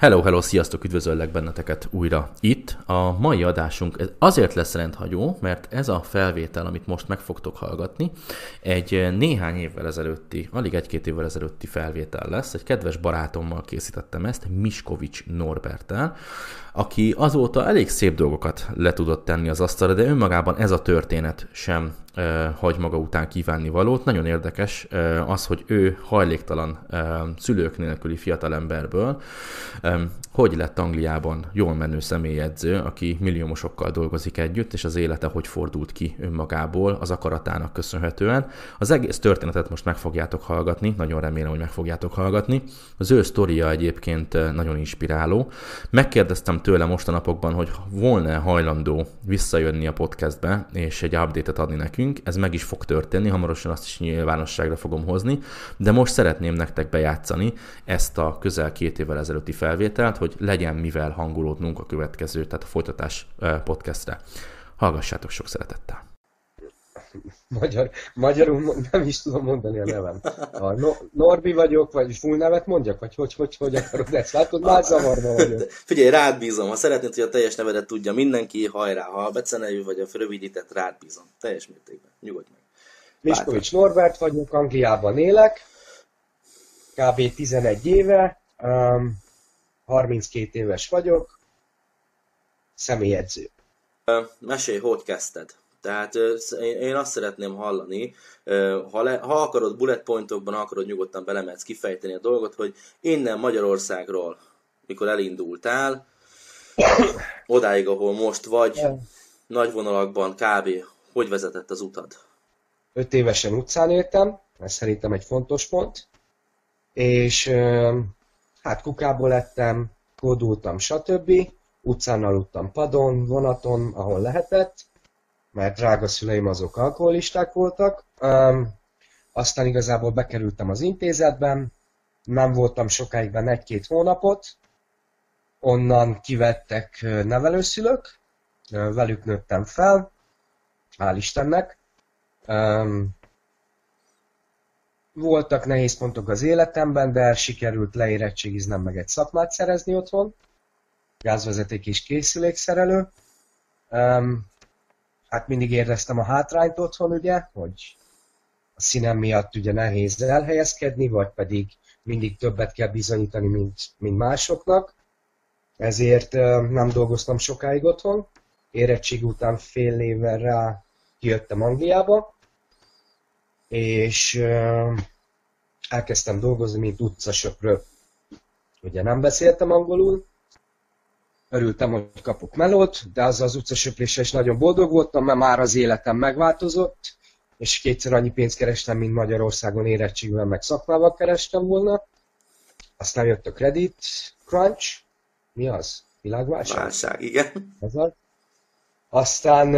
Hello, hello, sziasztok, üdvözöllek benneteket újra itt. A mai adásunk azért lesz rendhagyó, mert ez a felvétel, amit most meg fogtok hallgatni, egy néhány évvel ezelőtti, alig egy-két évvel ezelőtti felvétel lesz. Egy kedves barátommal készítettem ezt, Miskovics Norberttel, aki azóta elég szép dolgokat le tudott tenni az asztalra, de önmagában ez a történet sem hagy maga után kívánni valót. Nagyon érdekes az, hogy ő hajléktalan szülők nélküli fiatalemberből hogy lett Angliában jól menő személyedző, aki milliómosokkal dolgozik együtt, és az élete hogy fordult ki önmagából az akaratának köszönhetően. Az egész történetet most meg fogjátok hallgatni, nagyon remélem, hogy meg fogjátok hallgatni. Az ő sztoria egyébként nagyon inspiráló. Megkérdeztem tőle mostanapokban, hogy volna hajlandó visszajönni a podcastbe, és egy update-et adni nekünk. Ez meg is fog történni, hamarosan azt is nyilvánosságra fogom hozni, de most szeretném nektek bejátszani ezt a közel 2 évvel ezelőtti felvételt, hogy legyen mivel hangolódnunk a következő, tehát a folytatás podcastre. Hallgassátok sok szeretettel! Magyarul nem is tudom mondani a nevem. Norbi vagyok, vagy full nevet mondjak, vagy hogy akarod ezt? Látod, már zavarba vagyok. Figyelj, rád bízom. Ha szeretnéd, hogy a teljes nevedet tudja mindenki, hajrá. Ha a becenevű vagy a rövidített, rád bízom. Teljes mértékben. Nyugodj meg. Miskovics Norbert vagyok, Angliában élek. Kb. 11 éve. 32 éves vagyok. Személyedző. Mesélj, hogy kezdted? Tehát én azt szeretném hallani, ha akarod bullet pointokban, ha akarod nyugodtan belemetsz kifejteni a dolgot, hogy innen Magyarországról, mikor elindultál, odáig, ahol most vagy, nagy vonalakban kb. Hogy vezetett az utad? 5 évesen utcán éltem, ez szerintem egy fontos pont, és hát kukából lettem, kódultam, stb. Utcán aludtam padon, vonaton, ahol lehetett, mert drága szüleim azok alkoholisták voltak. Aztán igazából bekerültem az intézetben, nem voltam sokáig benne, 1-2 hónapot. Onnan kivettek nevelőszülők, velük nőttem fel, hál' Istennek. Voltak nehéz pontok az életemben, de sikerült leérettségiznem, meg egy szakmát szerezni otthon. Gázvezeték és készülékszerelő. Hát mindig éreztem a hátrányt otthon, ugye, hogy a színem miatt ugye nehéz elhelyezkedni, vagy pedig mindig többet kell bizonyítani, mint másoknak. Ezért nem dolgoztam sokáig otthon. Érettség után fél évvel rá kijöttem Angliába, és elkezdtem dolgozni, mint utcasöprő. Ugye nem beszéltem angolul, örültem, hogy kapok melót, de azzal az utcasöpléssel is nagyon boldog voltam, mert már az életem megváltozott, és 2-szer annyi pénzt kerestem, mint Magyarországon érettségben, meg szakmával kerestem volna. Aztán jött a credit crunch. Mi az? Világválság? Válság, igen. Ez az. Aztán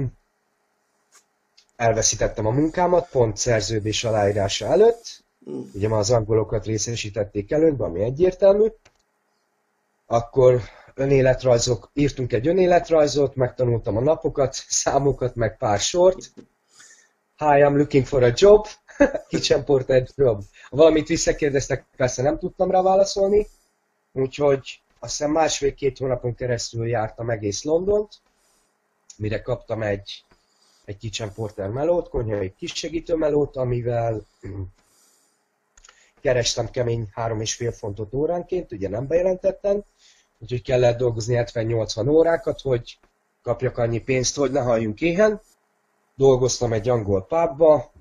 elveszítettem a munkámat, pont szerződés aláírása előtt. Ugye már az angolokat részesítették előnybe, ami egyértelmű. Akkor írtunk egy önéletrajzot, megtanultam a napokat, számokat, meg pár sort. Hi, I'm looking for a job. Kitchen porter job. Ha valamit visszakérdeztek, persze nem tudtam rá válaszolni. Úgyhogy azt hiszem 1,5-2 hónapon keresztül jártam egész Londont, mire kaptam egy kitchen porter melót, konyhai kissegítő melót, amivel kerestem kemény 3,5 fontot óránként, ugye nem bejelentettem, úgyhogy kellett dolgozni 70-80 órákat, hogy kapjak annyi pénzt, hogy ne halljunk éhen. Dolgoztam egy angol pubba.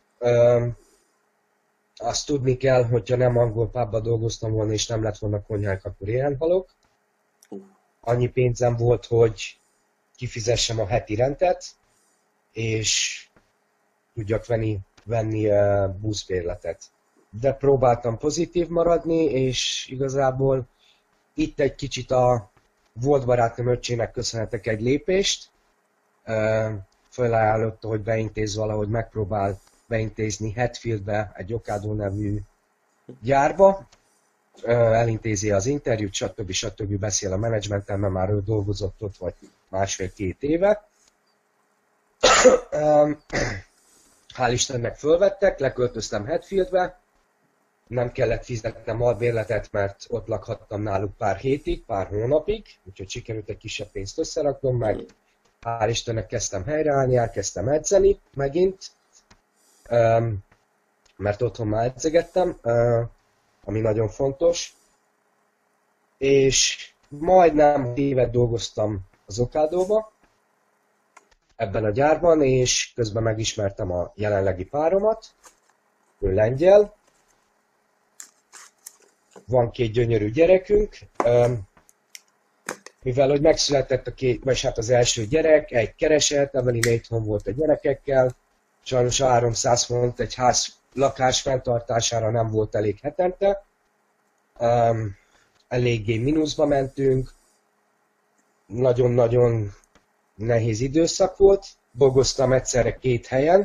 Azt tudni kell, hogyha nem angol pubba dolgoztam volna, és nem lett volna konyhák, akkor éhen halok. Annyi pénzem volt, hogy kifizessem a heti rendet, és tudjak venni buszbérletet. De próbáltam pozitív maradni, és igazából itt egy kicsit a volt barátnőm öccsének köszönhetek egy lépést. Felajánlotta, hogy beintéz valahogy, megpróbál beintézni Hatfieldbe, egy Ocado nevű gyárba. Elintézi az interjút, stb. Beszél a menedzsmenttel, mert már ő dolgozott ott vagy 1,5-2 éve. Hál' Istennek fölvettek, leköltöztem Hatfieldbe, nem kellett fizetnem albérletet, mert ott lakhattam náluk pár hétig, pár hónapig, úgyhogy sikerült egy kisebb pénzt összeraknom, meg hál' Istennek kezdtem helyreállni, elkezdtem edzeni megint, mert otthon már edzegettem, ami nagyon fontos. És majdnem évet dolgoztam az Okádóba, ebben a gyárban, és közben megismertem a jelenlegi páromat, ő lengyel. Van 2 gyönyörű gyerekünk, mivel hogy megszületett az első gyerek, egy keresett, Evelyn itthon volt a gyerekekkel, sajnos a 300 font egy lakás fenntartására nem volt elég hetente, eléggé mínuszba mentünk, nagyon-nagyon nehéz időszak volt, dolgoztam egyszerre 2 helyen,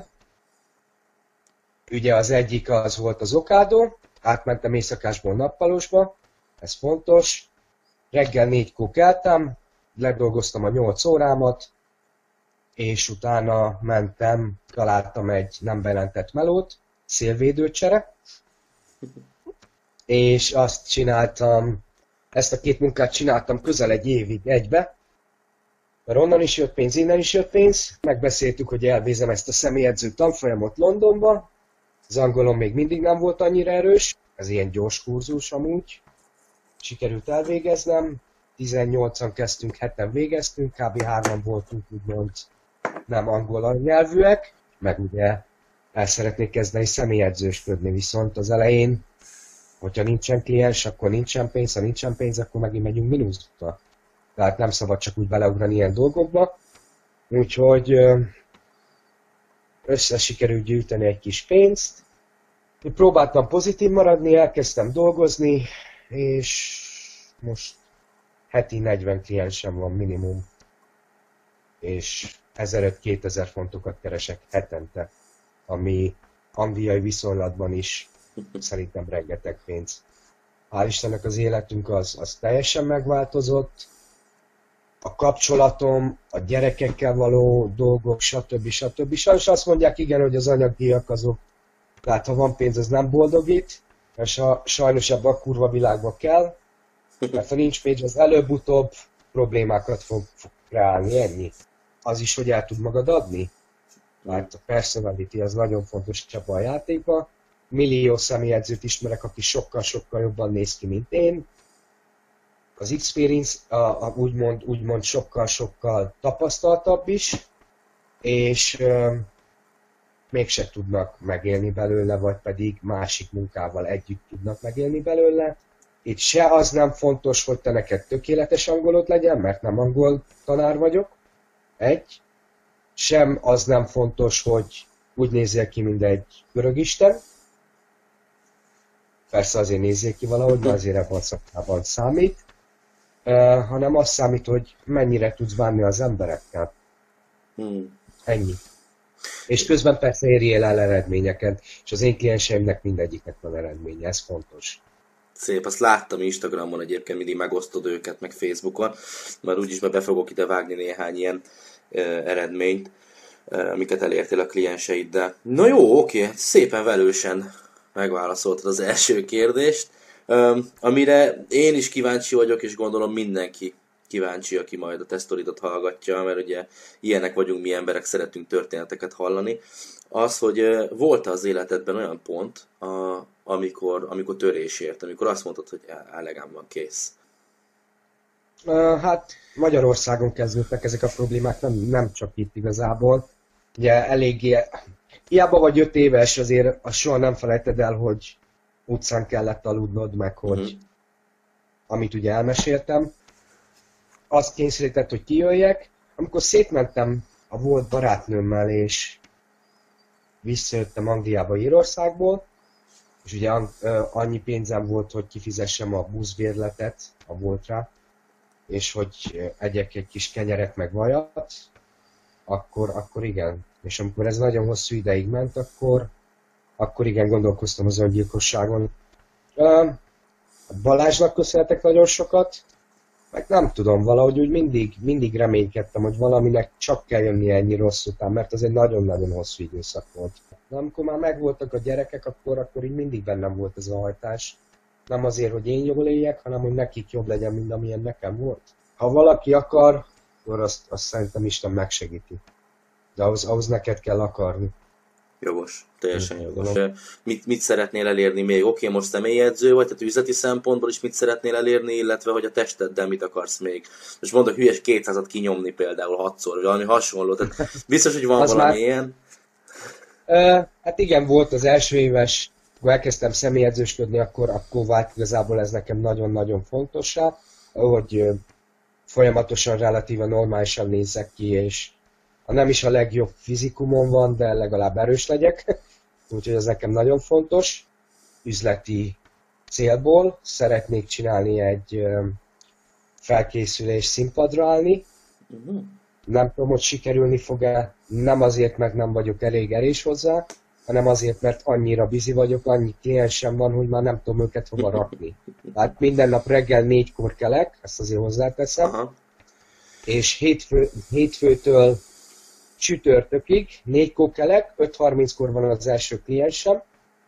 ugye az egyik az volt az Okádó, átmentem éjszakásból nappalosba, ez fontos, reggel 4-kor keltem, ledolgoztam a 8 órámat, és utána mentem, találtam egy nem bejelentett melót, szélvédőcsere, és azt csináltam, ezt a 2 munkát csináltam közel egy évig egybe, mert onnan is jött pénz, innen is jött pénz, megbeszéltük, hogy elvézem ezt a személyedző tanfolyamot Londonba, az angolom még mindig nem volt annyira erős, ez ilyen gyors kurzus amúgy, sikerült elvégeznem, 18-an kezdtünk, 7-en végeztünk, kb. 3-an voltunk úgymond nem angol nyelvűek, meg ugye el szeretnék kezdeni személyedzősködni, viszont az elején, hogyha nincsen kliens, akkor nincsen pénz, ha nincsen pénz, akkor megint megyünk mínuszba. Tehát nem szabad csak úgy beleugrani ilyen dolgokba. Úgyhogy össze sikerült gyűjteni egy kis pénzt. Próbáltam pozitív maradni, elkezdtem dolgozni, és most heti 40 kliensem van minimum. És 1500-2000 fontokat keresek hetente, ami angliai viszonylatban is szerintem rengeteg pénz. Hál' Istennek az életünk az teljesen megváltozott. A kapcsolatom, a gyerekekkel való dolgok, stb. Sajnos azt mondják, igen, hogy az anyagdíjak azok, tehát ha van pénz, az nem boldogít, és sajnos ebben a kurva világban kell, mert ha nincs pénz, az előbb-utóbb problémákat fog kreálni, ennyi. Az is, hogy el tud magad adni, mert a personality az nagyon fontos csapa a játékban. Millió személyedzőt ismerek, aki sokkal-sokkal jobban néz ki, mint én. Az experience úgymond sokkal-sokkal tapasztaltabb is, és mégse tudnak megélni belőle, vagy pedig másik munkával együtt tudnak megélni belőle. Itt se az nem fontos, hogy te neked tökéletes angolod legyen, mert nem angol tanár vagyok. Sem az nem fontos, hogy úgy nézzél ki, mint egy görögisten. Persze azért nézzél ki valahogy, de azért ebben a szakmában számít. Hanem az számít, hogy mennyire tudsz bánni az emberekkel. Ennyi. És közben persze érjél el eredményeket, és az én klienseimnek mindegyiknek van eredménye, ez fontos. Szép, azt láttam Instagramon egyébként, mindig megosztod őket, meg Facebookon, mert úgyis be fogok ide vágni néhány ilyen eredményt, amiket elértél a klienseiddel. Na jó, oké, szépen velősen megválaszoltad az első kérdést, amire én is kíváncsi vagyok, és gondolom mindenki kíváncsi, aki majd a te sztoridat hallgatja, mert ugye ilyenek vagyunk mi emberek, szeretünk történeteket hallani. Az, hogy volt az életedben olyan pont, amikor törés ért, amikor azt mondtad, hogy elegem van, kész. Hát Magyarországon kezdődtek ezek a problémák, nem csak itt igazából. Ugye eléggé, hiába vagy 5 éves, azért azt soha nem felejted el, hogy utcán kellett aludnod, meg hogy amit ugye elmeséltem. Azt kényszerített, hogy kijöjjek. Amikor szétmentem a volt barátnőmmel, és visszajöttem Angliába, Írországból, és ugye annyi pénzem volt, hogy kifizessem a buszbérletet a Voltra, és hogy egyek egy kis kenyeret meg vajat, akkor igen. És amikor ez nagyon hosszú ideig ment, akkor igen, gondolkoztam az öngyilkosságon. Balázsnak köszönhetek nagyon sokat. Meg nem tudom, valahogy úgy mindig reménykedtem, hogy valaminek csak kell jönni ennyi rossz után, mert az egy nagyon-nagyon hosszú időszak volt. De amikor már megvoltak a gyerekek, akkor így mindig bennem volt ez a hajtás. Nem azért, hogy én jól éljek, hanem hogy nekik jobb legyen, mint amilyen nekem volt. Ha valaki akar, akkor azt szerintem Isten megsegíti. De ahhoz neked kell akarni. Jogos, teljesen jogos. Mit szeretnél elérni még? Oké, most személyedző vagy, tehát üzleti szempontból is mit szeretnél elérni, illetve hogy a testeddel mit akarsz még? Most mondok hülyes 200-at kinyomni például 6-szor, vagy valami hasonló. Tehát biztos, hogy van valami már... ilyen. Hát igen, volt az első éves, akkor elkezdtem személyedzősködni, akkor vált igazából ez nekem nagyon-nagyon fontossá, hogy folyamatosan relatíve normálisan nézzek ki, és ha nem is a legjobb fizikumon van, de legalább erős legyek. Úgyhogy ez nekem nagyon fontos. Üzleti célból szeretnék csinálni egy felkészülés színpadra állni. Nem tudom, hogy sikerülni fog-e, nem azért, mert nem vagyok elég erős hozzá, hanem azért, mert annyira busy vagyok, annyi kliensem van, hogy már nem tudom őket hova rakni. Tehát minden nap reggel 4-kor kelek, ezt azért hozzáteszem, aha. És hétfőtől csütörtökig 4-kor kelek, 5:30-kor van az első kliensem,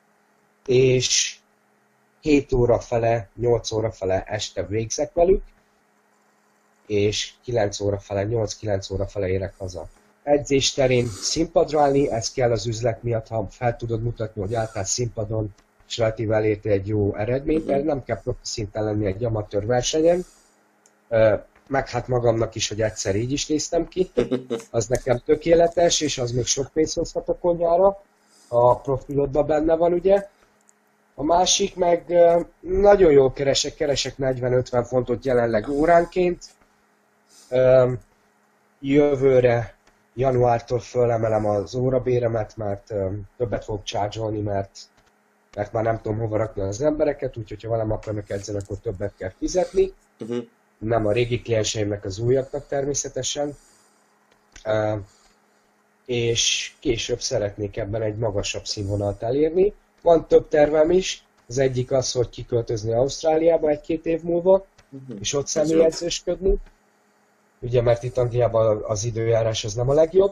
és 7 óra fele, 8 óra fele este végzek velük, és 9 óra fele, 8-9 óra fele érek haza. Edzés terén színpadra állni, ez kell az üzlet miatt, ha fel tudod mutatni, hogy álltál színpadon, és relatív elérte egy jó eredményt, mert nem kell profi szinten lenni egy amatőr versenyen, meg hát magamnak is, hogy egyszer így is néztem ki, az nekem tökéletes, és az még sok pénzt hozhat a konyhára, a profilodban benne van, ugye. A másik meg nagyon jól keresek 40-50 fontot jelenleg óránként. Jövőre, januártól fölemelem az órabéremet, mert többet fogok charge-olni, mert már nem tudom hova rakni az embereket, úgyhogy ha velem akarnak edzeni, akkor többet kell fizetni. Nem a régi klienseimnek, az újaknak természetesen. És később szeretnék ebben egy magasabb színvonalat elérni. Van több tervem is. Az egyik az, hogy kiköltözni Ausztráliába 1-2 év múlva, és ott személyedzősködni. Ugye, mert itt Angliában az időjárás az nem a legjobb.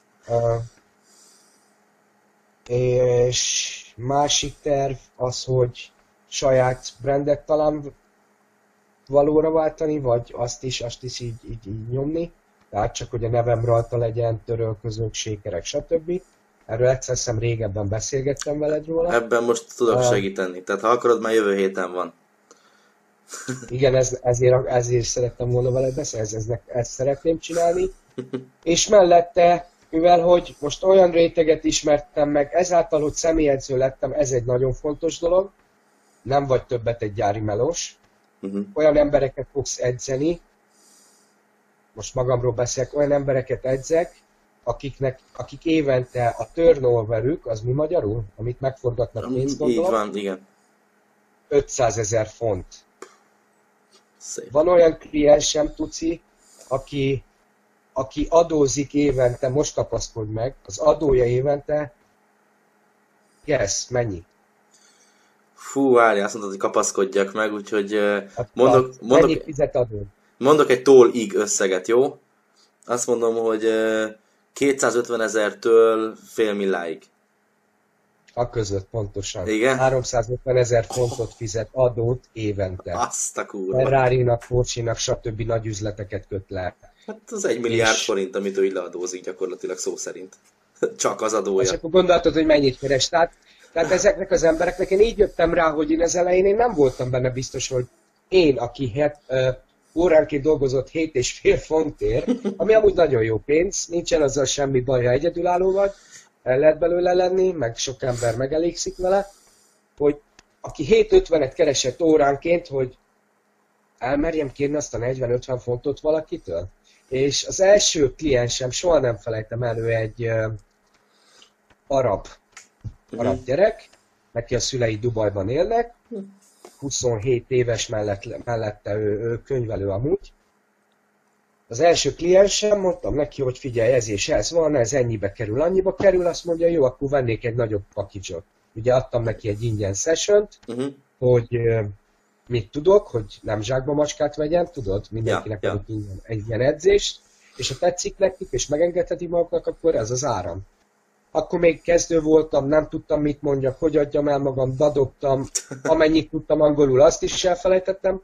És másik terv az, hogy saját brandet talán valóra váltani, vagy azt is így nyomni. Tehát csak, hogy a nevem rajta legyen, törölközők, sékerek, stb. Erről egyszer hiszem régebben beszélgettem veled róla. Ebben most tudok segíteni. Tehát ha akarod, már jövő héten van. Igen, ezért szerettem volna veled beszélni, ezt szeretném csinálni. És mellette, mivel hogy most olyan réteget ismertem meg, ezáltal, hogy személyedző lettem, ez egy nagyon fontos dolog. Nem vagy többet egy gyári melós. Olyan embereket fogsz edzeni, most magamról beszélek, olyan embereket edzek, akik évente a turnoverük, az mi magyarul? Amit megforgatnak pénzt, gondolom? Így van, igen. 500 000 font. Szép. Van olyan kliensem, Tuci, aki adózik évente, most kapaszkodj meg, az adója évente, mennyi? Fú, várjál, azt mondtad, hogy kapaszkodjak meg, úgyhogy mondok egy tól-ig összeget, jó? Azt mondom, hogy 250 000-től $500 000-ig. A között pontosan. Igen? 350 000 fontot fizet adót évente. Azt a kurva. Ferrari-nak, Porsche-nak, stb. Nagy üzleteket köt le. Hát az 1 milliárd forint, amit ő így leadózik gyakorlatilag szó szerint. Csak az adója. És akkor gondoltad, hogy mennyit keres. Tehát ezeknek az embereknek én így jöttem rá, hogy én az elején én nem voltam benne biztos, hogy én, aki óránként dolgozott 7,5 fontért, ami amúgy nagyon jó pénz, nincsen azzal semmi baj, ha egyedülálló vagy, el lehet belőle lenni, meg sok ember megelégszik vele, hogy aki 7,50-et keresett óránként, hogy elmerjem kérni azt a 40-50 fontot valakitől. És az első kliensem, soha nem felejtem elő, egy arab gyerek, neki a szülei Dubajban élnek, 27 éves mellette ő könyvelő amúgy. Az első kliensem, mondtam neki, hogy figyelj, ez és ez van, ez ennyibe kerül, annyiba kerül, azt mondja, jó, akkor vennék egy nagyobb package-ot. Ugye adtam neki egy ingyen session-t, hogy mit tudok, hogy nem zsákba macskát vegyem, tudod, mindenkinek adok egy ilyen edzést, és ha tetszik nekik, és megengedheti maguknak, akkor ez az áram. Akkor még kezdő voltam, nem tudtam, mit mondjak, hogy adjam el magam, dadogtam, amennyit tudtam angolul, azt is elfelejtettem.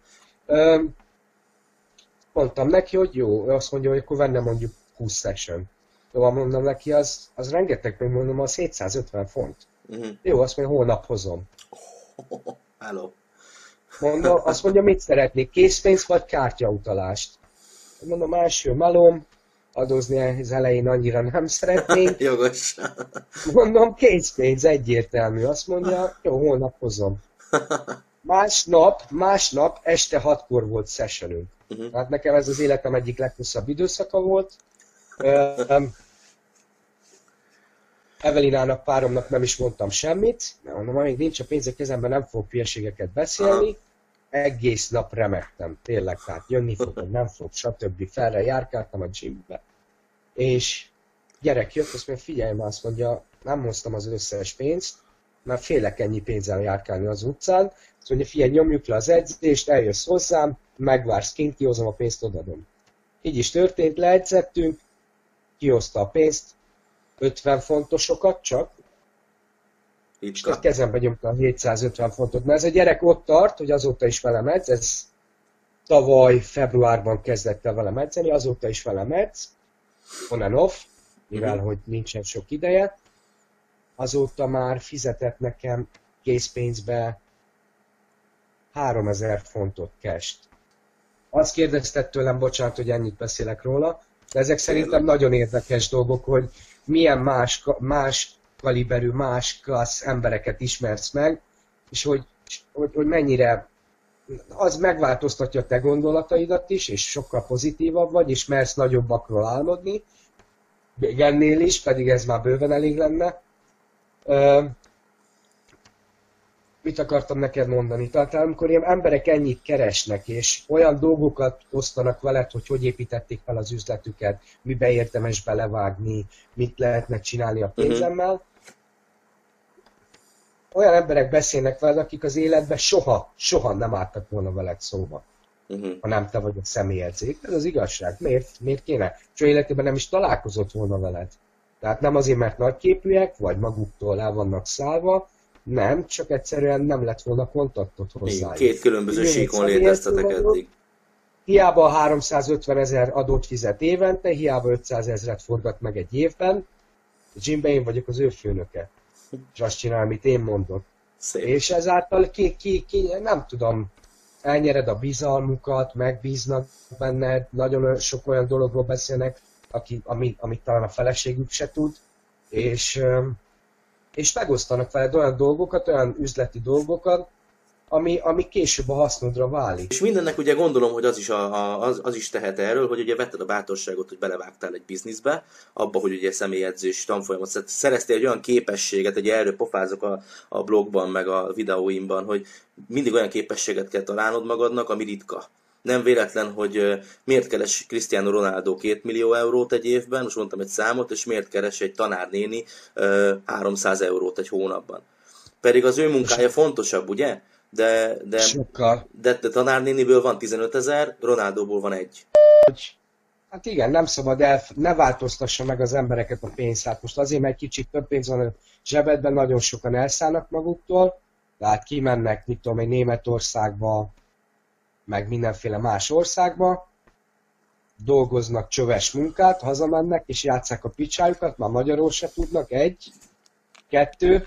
Mondtam neki, hogy jó, ő azt mondja, hogy akkor venne mondjuk 20 session. Szóval mondom neki, az rengeteg, még mondom, az 750 font. Jó, azt mondja, holnap hozom. Hello. Mondom, azt mondja, mit szeretnék, készpénz vagy kártyautalást? Mondom, első malom, adózni az elején annyira nem szeretnénk. Jogos. Mondom, készpénz, egyértelmű. Azt mondja, jó, holnap hozom. Másnap este 6-kor volt sessionünk. Tehát nekem ez az életem egyik leghosszabb időszaka volt. Evelinának, páromnak nem is mondtam semmit. Mondom, amíg nincs a pénz a kezemben, nem fogok hülyeségeket beszélni. Egész nap remektem, tényleg, tehát jönni fog, nem fog, stb. Felre járkáltam a gymbe. És gyerek jött, azt mondja, figyelj már, azt mondja, nem hoztam az összes pénzt, mert félek ennyi pénzzel járkálni az utcán. Azt mondja, figyelj, nyomjuk le az edzést, eljössz hozzám, megvársz kint, kihozom a pénzt, odaadom. Így is történt, leedzettünk, kihozta a pénzt, 50 fontosokat csak, és a kezembe nyomta a 750 fontot, mert ez a gyerek ott tart, hogy azóta is velem edz, ez tavaly februárban kezdett el velem edzeni, azóta is velem edz, on and off, mivel hogy nincsen sok ideje, azóta már fizetett nekem készpénzbe 3000 fontot cash-t. Azt kérdezted tőlem, bocsánat, hogy ennyit beszélek róla, de ezek szerintem nagyon érdekes dolgok, hogy milyen más kaliberű, más klassz embereket ismersz meg, és hogy mennyire az megváltoztatja a te gondolataidat is, és sokkal pozitívabb vagy, és mersz nagyobbakról álmodni, még ennél is, pedig ez már bőven elég lenne. Mit akartam neked mondani? Tehát amikor ilyen emberek ennyit keresnek, és olyan dolgokat osztanak veled, hogy építették fel az üzletüket, mibe érdemes belevágni, mit lehetne csinálni a pénzemmel, olyan emberek beszélnek veled, akik az életben soha nem álltak volna veled szóba. Ha nem te vagy a személyedzék. Ez az igazság. Miért kéne? Soha életében nem is találkozott volna veled. Tehát nem azért, mert nagyképűek, vagy maguktól el vannak szállva, nem, csak egyszerűen nem lett volna kontaktot hozzájuk. Két különböző síkon léteztetek eddig. Hiába 350 000 adót fizet évente, hiába 500 000 forgat meg egy évben, a gymben én vagyok az ő főnöke. És azt csinál, amit én mondok. Szép. És ezáltal nem tudom, elnyered a bizalmukat, megbíznak benned, nagyon sok olyan dologról beszélnek, amit talán a feleségük se tud, és megosztanak veled olyan dolgokat, olyan üzleti dolgokat, ami később a hasznodra válik. És mindennek ugye gondolom, hogy az is tehet erről, hogy ugye vetted a bátorságot, hogy belevágtál egy bizniszbe, abba, hogy ugye személyedzés tanfolyamot szereztél egy olyan képességet, hogy erről pofázok a blogban, meg a videóimban, hogy mindig olyan képességet kell találnod magadnak, ami ritka. Nem véletlen, hogy miért keres Cristiano Ronaldo 2 millió eurót egy évben, most mondtam egy számot, és miért keres egy tanárnéni 300 eurót egy hónapban. Pedig az ő munkája fontosabb, ugye? De tanárnéniből van 15 000, Ronaldóból van 1. Hát igen, nem szabad ne változtassa meg az embereket a pénzt. Hát most azért, mert kicsit több pénz van a zsebedben, nagyon sokan elszállnak maguktól, tehát kimennek, mit tudom, egy Németországba, meg mindenféle más országba, dolgoznak csöves munkát, hazamennek, és játsszák a picsájukat, már magyarul se tudnak, 1, 2,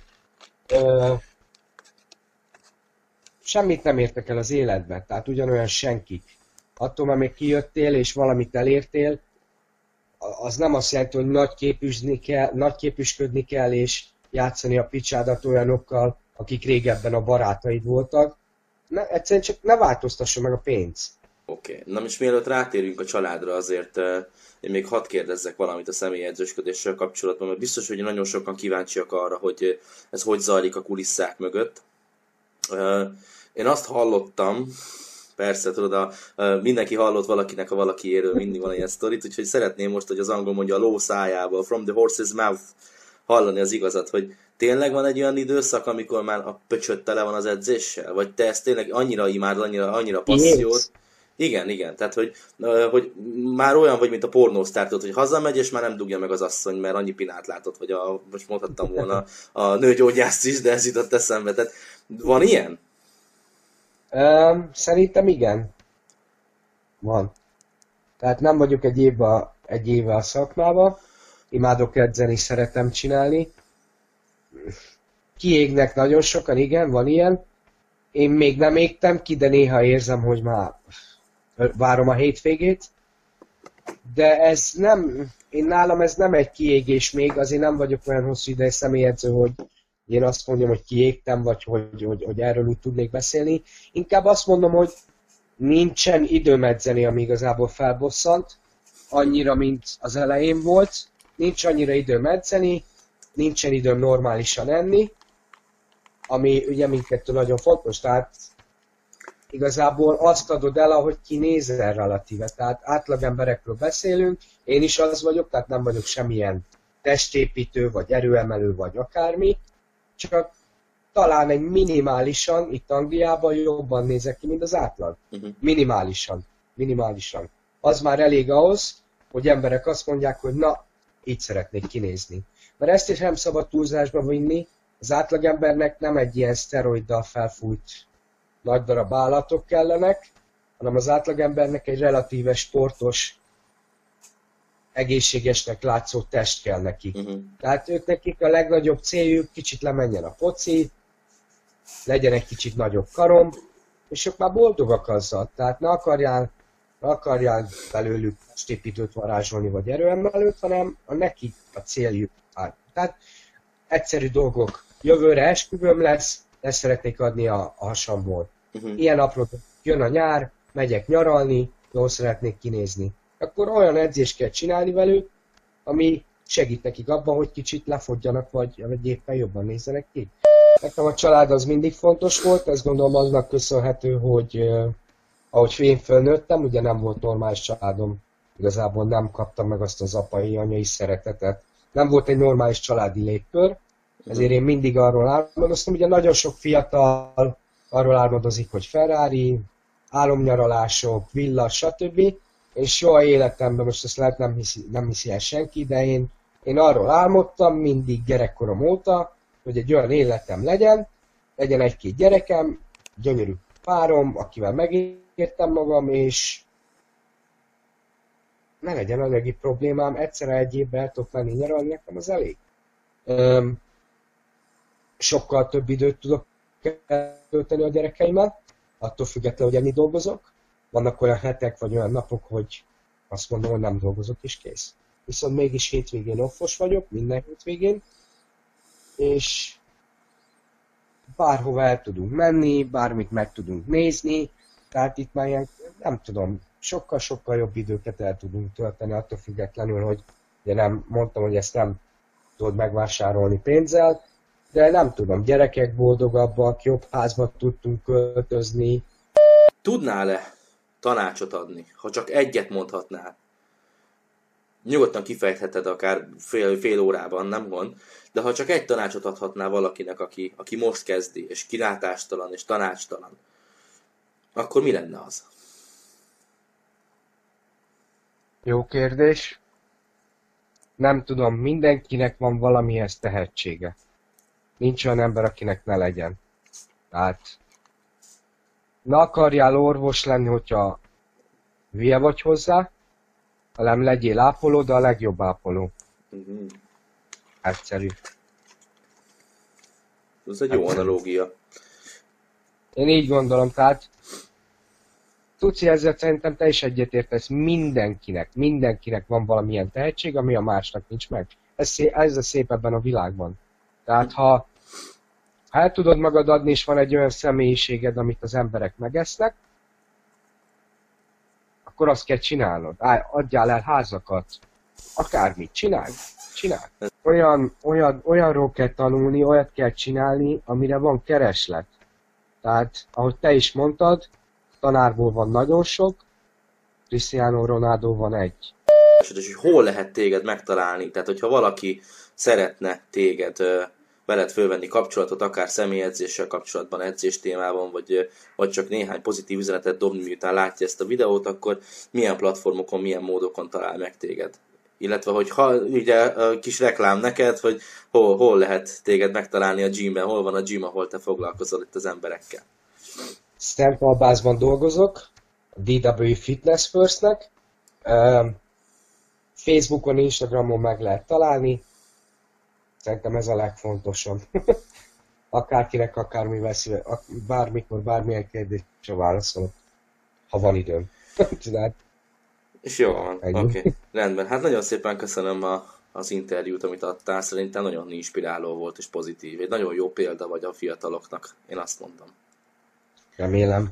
semmit nem értek el az életben, tehát ugyanolyan senkik. Attól, mert még kijöttél és valamit elértél, az nem azt jelenti, hogy nagyképűsködni kell és játszani a picsádat olyanokkal, akik régebben a barátaid voltak. Egyszerűen csak ne változtassa meg a pénz. Oké. Na most mielőtt rátérünk a családra, azért én még hadd kérdezzek valamit a személyedzősködéssel kapcsolatban, mert biztos, hogy nagyon sokan kíváncsiak arra, hogy ez hogy zajlik a kulisszák mögött. Én azt hallottam, persze, tudod, mindenki hallott valakinek a valakiéről, mindig van ilyen sztorit, úgyhogy szeretném most, hogy az angol mondja a ló szájából, from the horse's mouth, hallani az igazat, hogy tényleg van egy olyan időszak, amikor már a pöcsöd tele van az edzéssel? Vagy te ezt tényleg annyira imádod, annyira passziót? Igen, tehát hogy már olyan vagy, mint a pornósztár, tudod, hogy hazamegy, és már nem dugja meg az asszony, mert annyi pinát látott, vagy most mondhattam volna a nőgyógyászt is, de ez jutott eszembe. Tehát van ilyen? Szerintem igen. Van. Tehát nem vagyok egy éve a szakmában, imádok edzeni, szeretem csinálni. Kiégnek nagyon sokan, igen, van ilyen. Én még nem égtem ki, de néha érzem, hogy már várom a hétvégét. De ez nem, nálam ez nem egy kiégés még, azért nem vagyok olyan hosszú ideje személyedző, hogy én azt mondjam, hogy kiégtem, vagy hogy erről úgy tudnék beszélni. Inkább azt mondom, hogy nincsen időm edzeni, ami igazából felbosszant, annyira, mint az elején volt. Nincs annyira időm edzeni, nincsen időm normálisan enni, ami ugye mindkettő nagyon fontos, tehát igazából azt adod el, ahogy kinézel relatíve. Tehát átlag emberekről beszélünk, én is az vagyok, tehát nem vagyok semmilyen testépítő, vagy erőemelő, vagy akármi, csak talán egy minimálisan, itt Angliában jobban nézek ki, mint az átlag. Minimálisan. Az már elég ahhoz, hogy emberek azt mondják, hogy na, így szeretnék kinézni. Mert ezt is nem szabad túlzásba vinni, az átlagembernek nem egy ilyen szteroiddal felfújt nagy darab állatok kellenek, hanem az átlagembernek egy relatíve sportos, egészségesnek látszó test kell neki. Tehát ők nekik a legnagyobb céljuk, kicsit lemenjen a foci, legyen egy kicsit nagyobb karom, és ők már boldogak azzal. Tehát ne akarják belőlük stépítőt varázsolni, vagy erőemelőt, hanem nekik a céljuk. Tehát egyszerű dolgok. Jövőre esküvőm lesz, ezt szeretnék adni a hasamból. Ilyen apró, jön a nyár, megyek nyaralni, jól szeretnék kinézni. Akkor olyan edzést kell csinálni velük, ami segít nekik abban, hogy kicsit lefogjanak, vagy éppen jobban nézzenek ki. Nekem a család az mindig fontos volt, ezt gondolom aznak köszönhető, hogy ahogy én fölnőttem, ugye nem volt normális családom, igazából nem kaptam meg azt az apai, anyai szeretetet. Nem volt egy normális családi légkör, ezért én mindig arról álmodoztam, ugye nagyon sok fiatal arról álmodozik, hogy Ferrari, álomnyaralások, villa, stb. És soha életemben, most ezt lehet nem hiszi el senki, de én arról álmodtam mindig gyerekkorom óta, hogy egy olyan életem legyen egy-két gyerekem, gyönyörű párom, akivel megértem magam, és ne legyen anyagi problémám, egyszerre egy évben el tudok menni nyaralni, nekem az elég. Sokkal több időt tudok tölteni a gyerekeimmel, attól függetlenül, hogy ennyit dolgozok. Vannak olyan hetek, vagy olyan napok, hogy azt mondom, hogy nem dolgozok, és kész. Viszont mégis hétvégén offos vagyok, minden hétvégén, és bárhova el tudunk menni, bármit meg tudunk nézni, tehát itt már ilyen, nem tudom, sokkal-sokkal jobb időket el tudunk tölteni, attól függetlenül, hogy ugye nem mondtam, hogy ezt nem tudod megvásárolni pénzzel, de nem tudom, gyerekek boldogabbak, jobb házba tudtunk költözni. Tudnál-e tanácsot adni, ha csak egyet mondhatnál? Nyugodtan kifejtheted akár fél órában, nem gond, de ha csak egy tanácsot adhatnál valakinek, aki most kezdi, és kilátástalan, és tanácstalan, akkor mi lenne az? Jó kérdés. Nem tudom, mindenkinek van valamihez tehetsége. Nincs olyan ember, akinek ne legyen. Tehát ne akarjál orvos lenni, hogyha hülye vagy hozzá, hanem legyél ápoló, de a legjobb ápoló. Egyszerű. Ez egy jó analógia. Én így gondolom, tehát Tuci, ezzel szerintem te is egyetértesz, mindenkinek van valamilyen tehetség, ami a másnak nincs meg. Ez a szép ebben a világban. Tehát ha el tudod magad adni, és van egy olyan személyiséged, amit az emberek megesznek, akkor azt kell csinálnod. Adjál el házakat, akármit, csinálj. Olyanról kell tanulni, olyat kell csinálni, amire van kereslet. Tehát, ahogy te is mondtad, tanárból van nagyon sok, Cristiano Ronaldo van egy. És hogy hol lehet téged megtalálni? Tehát, hogyha valaki szeretne téged, veled fölvenni kapcsolatot, akár személyedzéssel kapcsolatban, edzés témában, vagy csak néhány pozitív üzenetet dobni, miután látja ezt a videót, akkor milyen platformokon, milyen módokon talál meg téged? Illetve, hogy ha ugye kis reklám neked, hogy hol lehet téged megtalálni a gymben, hol van a gym, ahol te foglalkozol itt az emberekkel. Szentpalbászban dolgozok, a DW Fitness Firstnek. Facebookon, Instagramon meg lehet találni. Szerintem ez a legfontosabb. Akárkinek, akármivel bármikor, bármilyen kérdésre válaszolok, ha van időm. És jó van, oké. Rendben. Hát nagyon szépen köszönöm az interjút, amit adtál. Szerintem nagyon inspiráló volt és pozitív. Egy nagyon jó példa vagy a fiataloknak, én azt mondom. Remélem.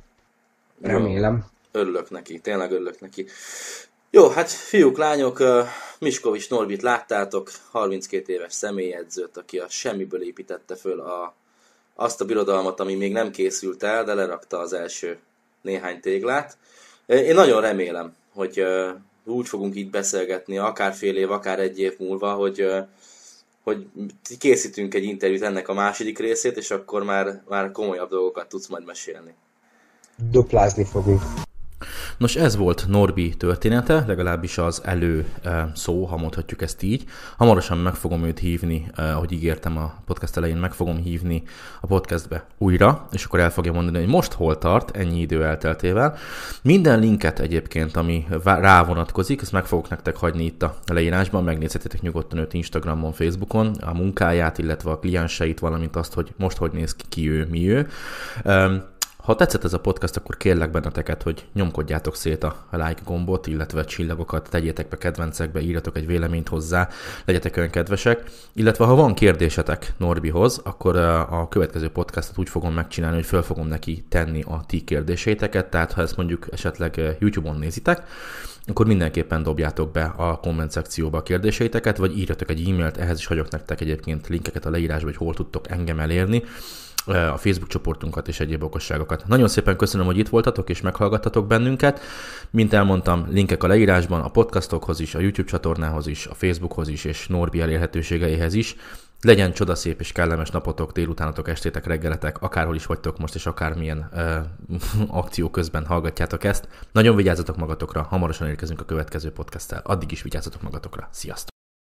Örülök neki, tényleg örülök neki. Jó, hát fiúk, lányok, Miskovics Norbit láttátok, 32 éves személyedzőt, aki a semmiből építette föl azt a birodalmat, ami még nem készült el, de lerakta az első néhány téglát. Én nagyon remélem, hogy úgy fogunk így beszélgetni, akár fél év, akár egy év múlva, hogy készítünk egy interjút ennek a második részét, és akkor már komolyabb dolgokat tudsz majd mesélni. Duplázni fogunk. Nos, ez volt Norbi története, legalábbis az szó, ha mondhatjuk ezt így. Hamarosan meg fogom őt hívni, ahogy ígértem a podcast elején, meg fogom hívni a podcastbe újra, és akkor el fogja mondani, hogy most hol tart, ennyi idő elteltével. Minden linket egyébként, ami rá vonatkozik, ezt meg fogok nektek hagyni itt a leírásban, megnézhetitek nyugodtan őt Instagramon, Facebookon, a munkáját, illetve a klienseit, valamint azt, hogy most hogy néz ki ő, mi ő. Ha tetszett ez a podcast, akkor kérlek benneteket, hogy nyomkodjátok szét a like gombot, illetve csillagokat, tegyétek be kedvencekbe, írjatok egy véleményt hozzá, legyetek olyan kedvesek. Illetve ha van kérdésetek Norbihoz, akkor a következő podcastot úgy fogom megcsinálni, hogy föl fogom neki tenni a ti kérdéseiteket, tehát ha ezt mondjuk esetleg YouTube-on nézitek, akkor mindenképpen dobjátok be a komment szekcióba a kérdéseiteket, vagy írjatok egy e-mailt, ehhez is hagyok nektek egyébként linkeket a leírásba, hogy hol tudtok engem elérni, a Facebook csoportunkat és egyéb okosságokat. Nagyon szépen köszönöm, hogy itt voltatok és meghallgattatok bennünket. Mint elmondtam, linkek a leírásban, a podcastokhoz is, a YouTube csatornához is, a Facebookhoz is és Norbi elérhetőségeihez is. Legyen csodaszép és kellemes napotok, délutánatok, estétek, reggeletek, akárhol is vagytok most, és akármilyen akció közben hallgatjátok ezt. Nagyon vigyázzatok magatokra, hamarosan érkezünk a következő podcasttel. Addig is vigyázzatok magatokra. Sziasztok!